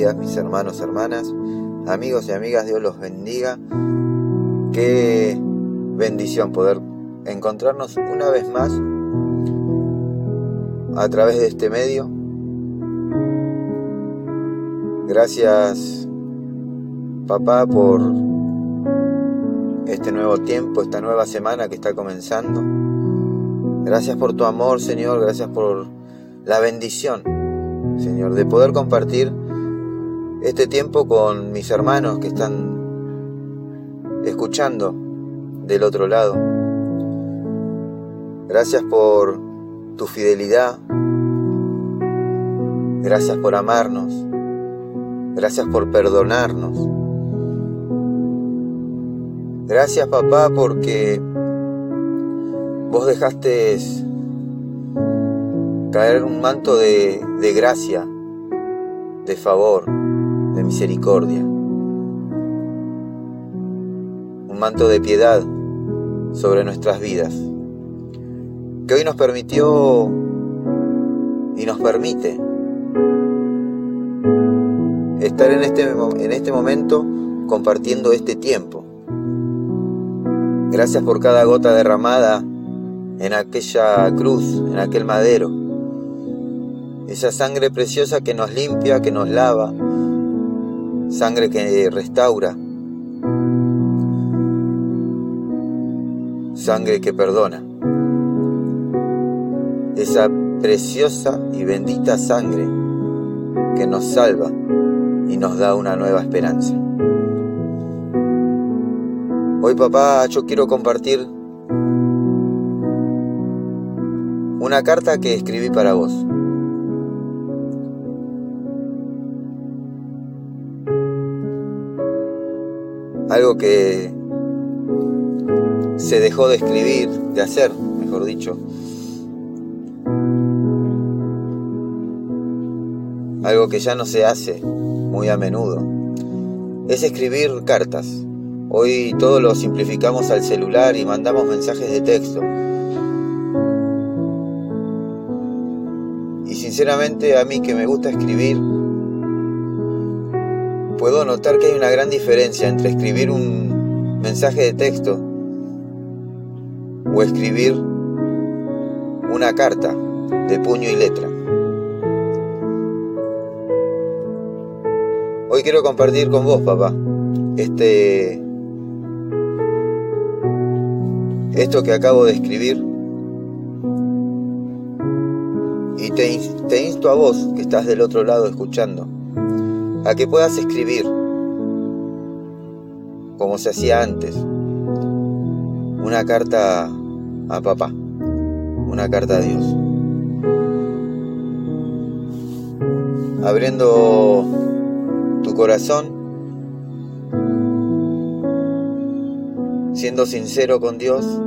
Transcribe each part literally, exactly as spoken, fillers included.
días, mis hermanos, hermanas, amigos y amigas. Dios los bendiga. Qué bendición poder encontrarnos una vez más a través de este medio. Gracias, papá, por este nuevo tiempo, esta nueva semana que está comenzando. Gracias por tu amor, Señor. Gracias por la bendición, Señor, de poder compartir este tiempo con mis hermanos que están escuchando del otro lado. Gracias por tu fidelidad. Gracias por amarnos. Gracias por perdonarnos. Gracias, papá, porque vos dejaste caer un manto de, de gracia, de favor, de misericordia. Un manto de piedad sobre nuestras vidas, que hoy nos permitió y nos permite estar en este, en este momento compartiendo este tiempo. Gracias por cada gota derramada en aquella cruz, en aquel madero. Esa sangre preciosa que nos limpia, que nos lava, sangre que restaura, sangre que perdona. Esa preciosa y bendita sangre que nos salva y nos da una nueva esperanza. Hoy, papá, yo quiero compartir una carta que escribí para vos. Algo que se dejó de escribir, de hacer, mejor dicho. Algo que ya no se hace muy a menudo. Es escribir cartas. Hoy todo lo simplificamos al celular y mandamos mensajes de texto. Y sinceramente, a mí que me gusta escribir, puedo notar que hay una gran diferencia entre escribir un mensaje de texto o escribir una carta de puño y letra. Hoy quiero compartir con vos, papá, este, esto que acabo de escribir, y te, te insto a vos, que estás del otro lado escuchando, a que puedas escribir como se hacía antes, una carta a papá, una carta a Dios, abriendo tu corazón, siendo sincero con Dios,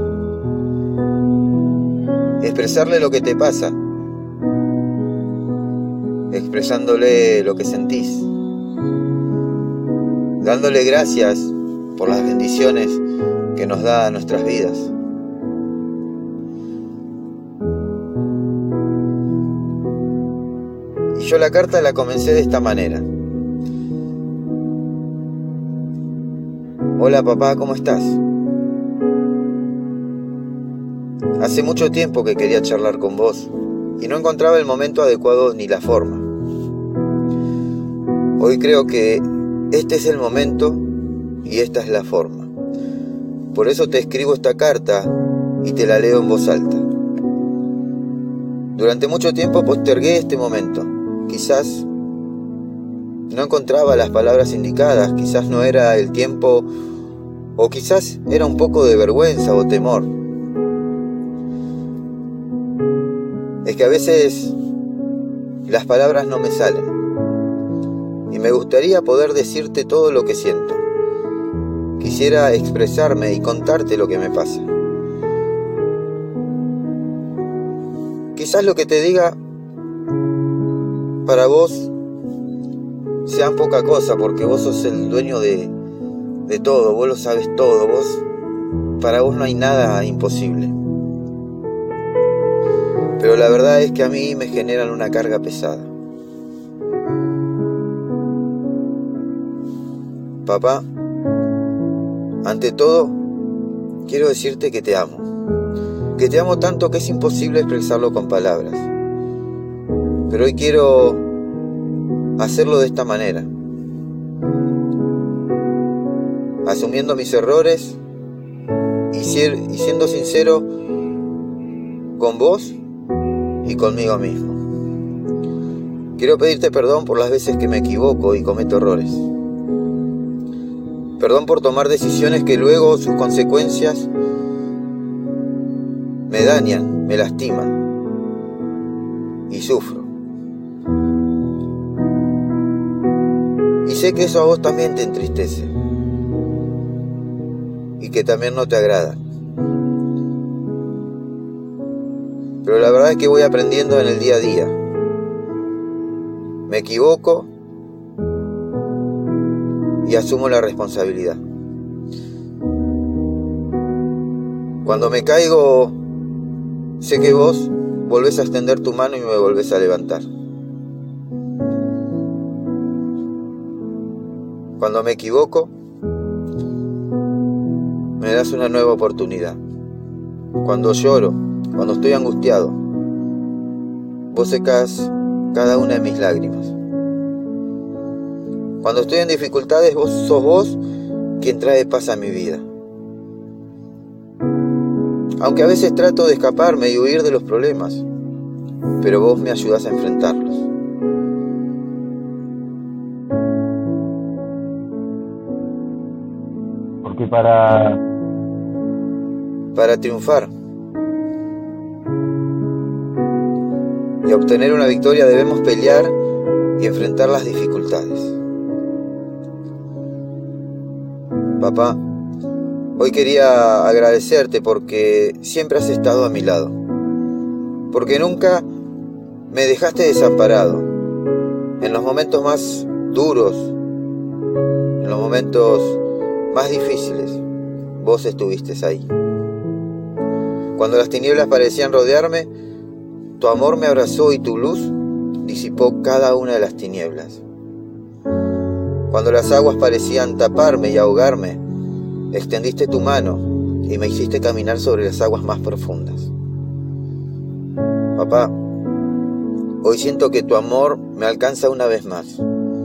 expresarle lo que te pasa, expresándole lo que sentís, dándole gracias por las bendiciones que nos da a nuestras vidas. Y yo la carta la comencé de esta manera. Hola, papá, ¿cómo estás? Hace mucho tiempo que quería charlar con vos y no encontraba el momento adecuado ni la forma. Hoy creo que este es el momento y esta es la forma. Por eso te escribo esta carta y te la leo en voz alta. Durante mucho tiempo postergué este momento. Quizás no encontraba las palabras indicadas, quizás no era el tiempo, o quizás era un poco de vergüenza o temor. Es que a veces las palabras no me salen y me gustaría poder decirte todo lo que siento. Quisiera expresarme y contarte lo que me pasa. Quizás lo que te diga para vos sea poca cosa, porque vos sos el dueño de, de todo, vos lo sabes todo, vos, para vos no hay nada imposible. Pero la verdad es que a mí me generan una carga pesada. Papá, ante todo, quiero decirte que te amo. Que te amo tanto que es imposible expresarlo con palabras. Pero hoy quiero hacerlo de esta manera. Asumiendo mis errores y, ser, y siendo sincero con vos y conmigo mismo. Quiero pedirte perdón por las veces que me equivoco y cometo errores. Perdón por tomar decisiones que luego sus consecuencias me dañan, me lastiman y sufro. Y sé que eso a vos también te entristece y que también no te agrada. Pero la verdad es que voy aprendiendo en el día a día. Me equivoco y asumo la responsabilidad. Cuando me caigo, sé que vos volvés a extender tu mano y me volvés a levantar. Cuando me equivoco, me das una nueva oportunidad. Cuando lloro, cuando estoy angustiado, vos secás cada una de mis lágrimas. Cuando estoy en dificultades, vos sos vos quien trae paz a mi vida. Aunque a veces trato de escaparme y huir de los problemas, pero vos me ayudás a enfrentarlos. Porque para... para triunfar y obtener una victoria debemos pelear y enfrentar las dificultades. Papá, hoy quería agradecerte porque siempre has estado a mi lado, porque nunca me dejaste desamparado. En los momentos más duros, en los momentos más difíciles, vos estuviste ahí. Cuando las tinieblas parecían rodearme, tu amor me abrazó y tu luz disipó cada una de las tinieblas. Cuando las aguas parecían taparme y ahogarme, extendiste tu mano y me hiciste caminar sobre las aguas más profundas. Papá, hoy siento que tu amor me alcanza una vez más.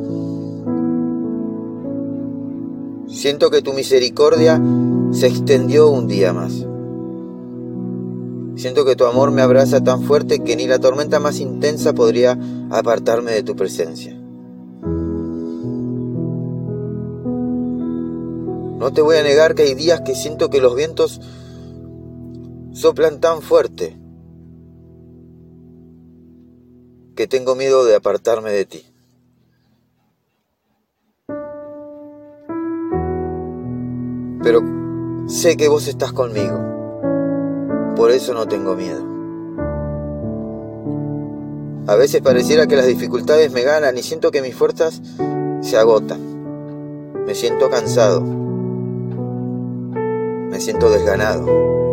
Siento que tu misericordia se extendió un día más. Siento que tu amor me abraza tan fuerte que ni la tormenta más intensa podría apartarme de tu presencia. No te voy a negar que hay días que siento que los vientos soplan tan fuerte que tengo miedo de apartarme de ti. Pero sé que vos estás conmigo, por eso no tengo miedo. A veces pareciera que las dificultades me ganan y siento que mis fuerzas se agotan. Me siento cansado. Me siento desganado.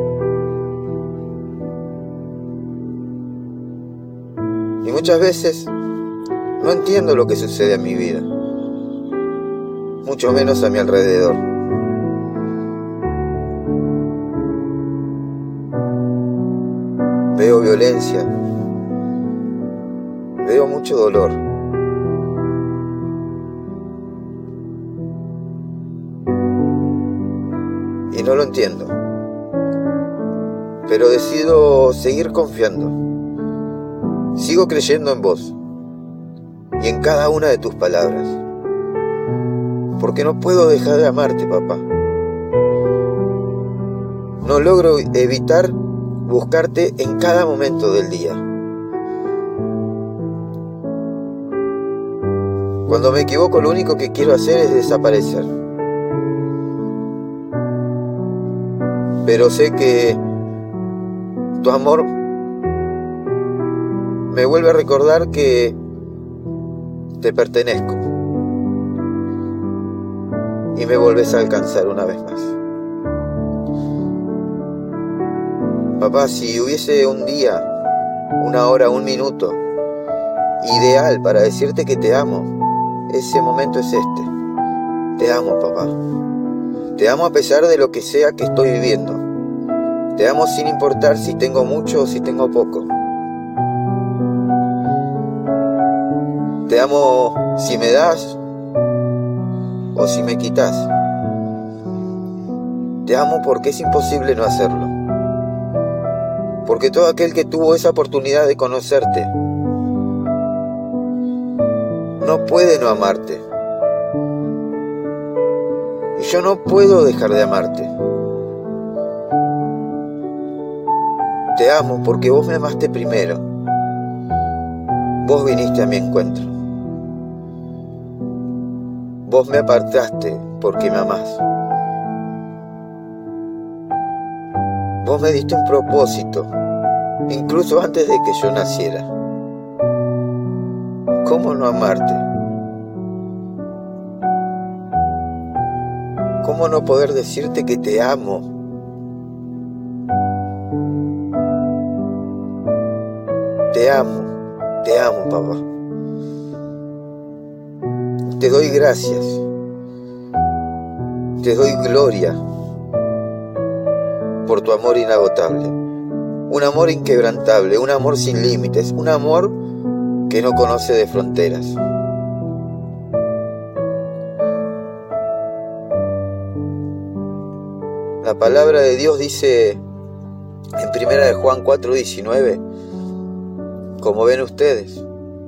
Y muchas veces no entiendo lo que sucede en mi vida, mucho menos a mi alrededor. Veo violencia, veo mucho dolor. Y no lo entiendo, pero decido seguir confiando. Sigo creyendo en vos y en cada una de tus palabras, porque no puedo dejar de amarte, papá. No logro evitar buscarte en cada momento del día. Cuando me equivoco, lo único que quiero hacer es desaparecer. Pero sé que tu amor me vuelve a recordar que te pertenezco y me volvés a alcanzar una vez más. Papá, si hubiese un día, una hora, un minuto ideal para decirte que te amo, ese momento es este. Te amo, papá. Te amo a pesar de lo que sea que estoy viviendo. Te amo sin importar si tengo mucho o si tengo poco. Te amo si me das o si me quitas. Te amo porque es imposible no hacerlo. Porque todo aquel que tuvo esa oportunidad de conocerte no puede no amarte. Y yo no puedo dejar de amarte. Te amo porque vos me amaste primero. Vos viniste a mi encuentro. Vos me apartaste porque me amás. Vos me diste un propósito, incluso antes de que yo naciera. ¿Cómo no amarte? ¿Cómo no poder decirte que te amo? Te amo, te amo, papá. Te doy gracias. Te doy gloria por tu amor inagotable. Un amor inquebrantable, un amor sin límites, un amor que no conoce de fronteras. La palabra de Dios dice en primera de Juan cuatro diecinueve, como ven ustedes,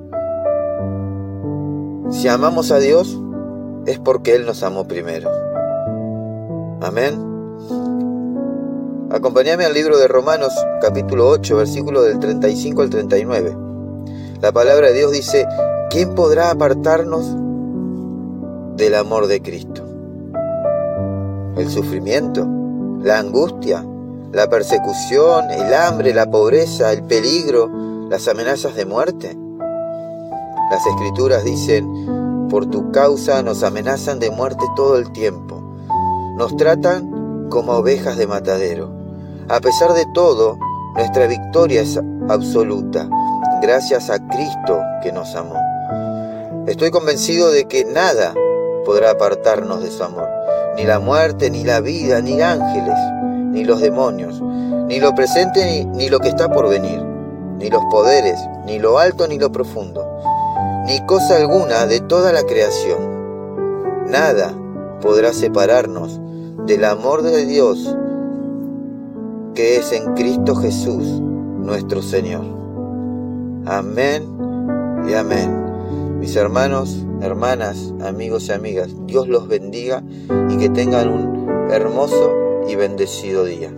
si amamos a Dios es porque Él nos amó primero. Amén. Acompáñame al libro de Romanos, capítulo ocho, versículos del treinta y cinco al treinta y nueve. La palabra de Dios dice: ¿quién podrá apartarnos del amor de Cristo? El sufrimiento, la angustia, la persecución, el hambre, la pobreza, el peligro, las amenazas de muerte. Las Escrituras dicen: por tu causa nos amenazan de muerte todo el tiempo. Nos tratan como ovejas de matadero. A pesar de todo, nuestra victoria es absoluta, gracias a Cristo que nos amó. Estoy convencido de que nada podrá apartarnos de su amor. Ni la muerte, ni la vida, ni ángeles, ni los demonios, ni lo presente, ni, ni lo que está por venir, ni los poderes, ni lo alto, ni lo profundo, ni cosa alguna de toda la creación. Nada podrá separarnos del amor de Dios que es en Cristo Jesús, nuestro Señor. Amén y amén. Mis hermanos, hermanas, amigos y amigas, Dios los bendiga y que tengan un hermoso y bendecido día.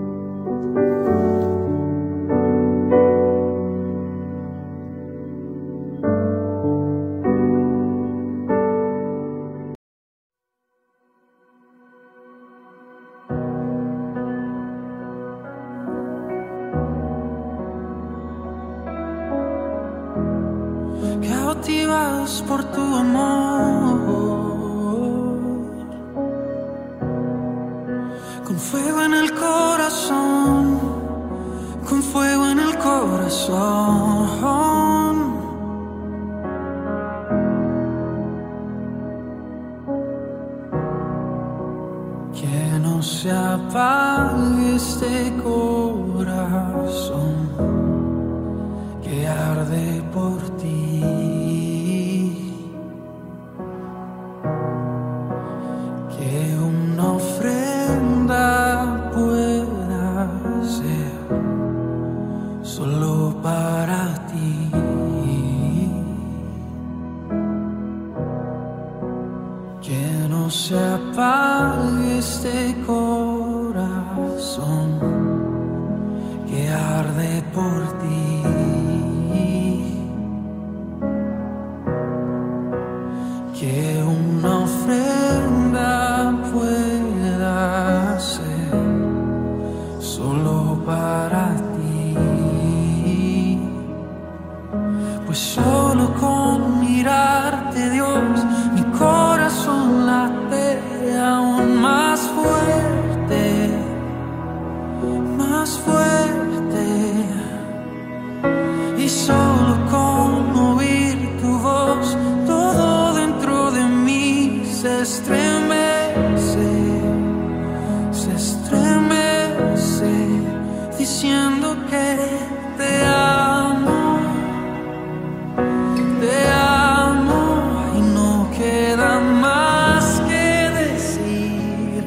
Cautivados por tu amor, con fuego en el corazón, con fuego en el corazón. Que no se apague este corazón que arde por ti. Que una ofrenda pueda ser solo para ti. Que no se apague este corazón que arde por ti. Que una ofrenda pueda ser solo para ti. Pues solo con mirarte, Dios, mi corazón late aún más fuerte, más fuerte. se estremece, se estremece, diciendo que te amo, te amo, y no queda más que decir.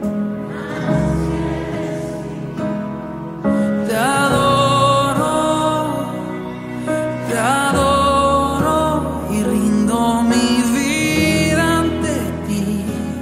Te adoro, te adoro y rindo mi vida ante ti.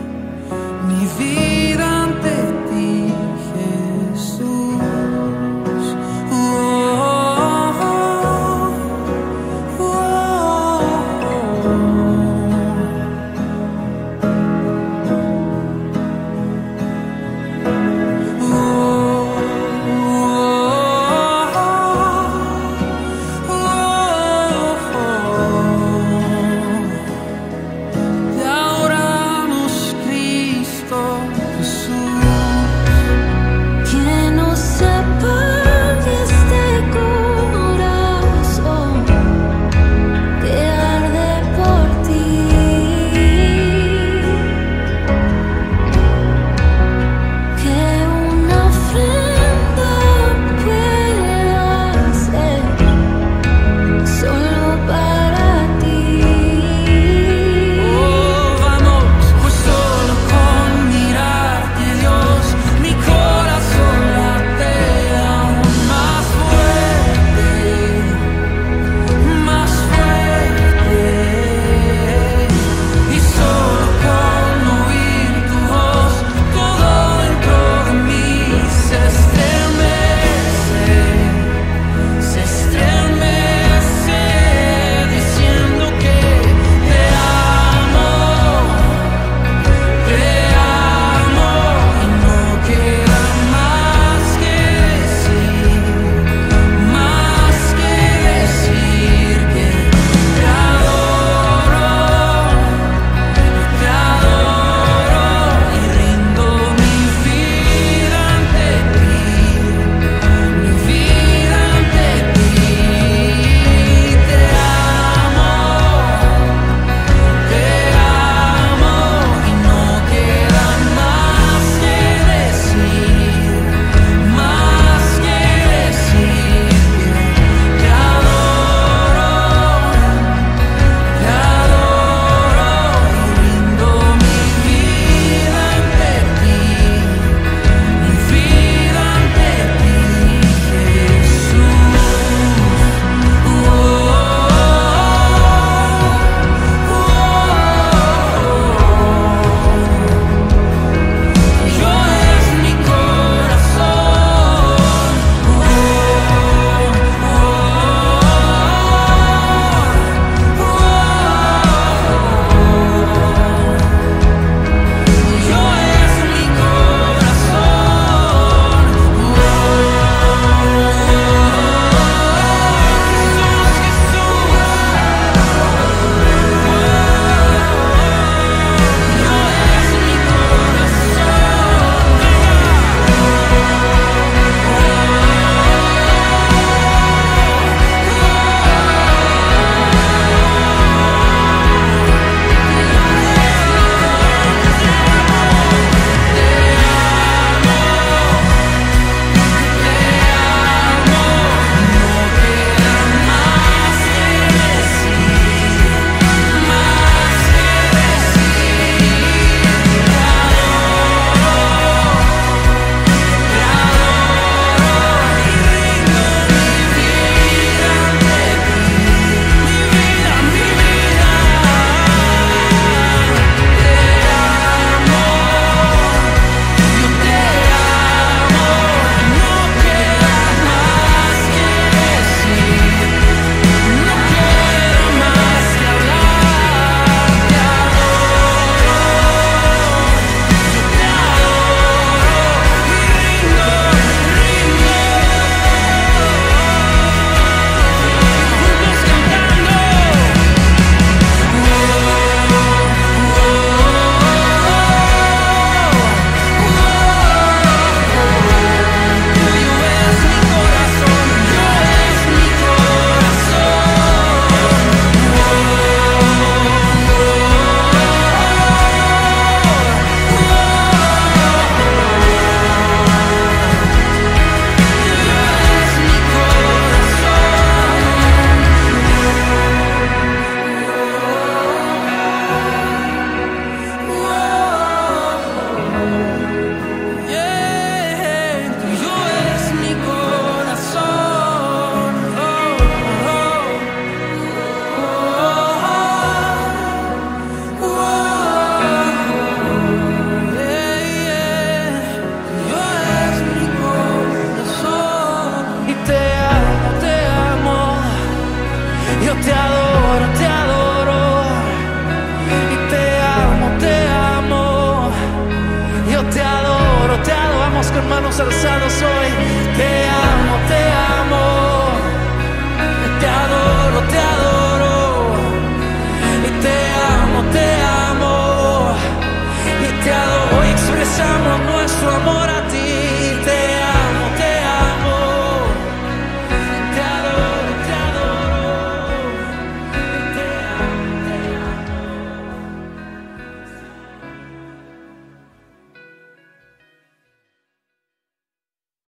zarzar.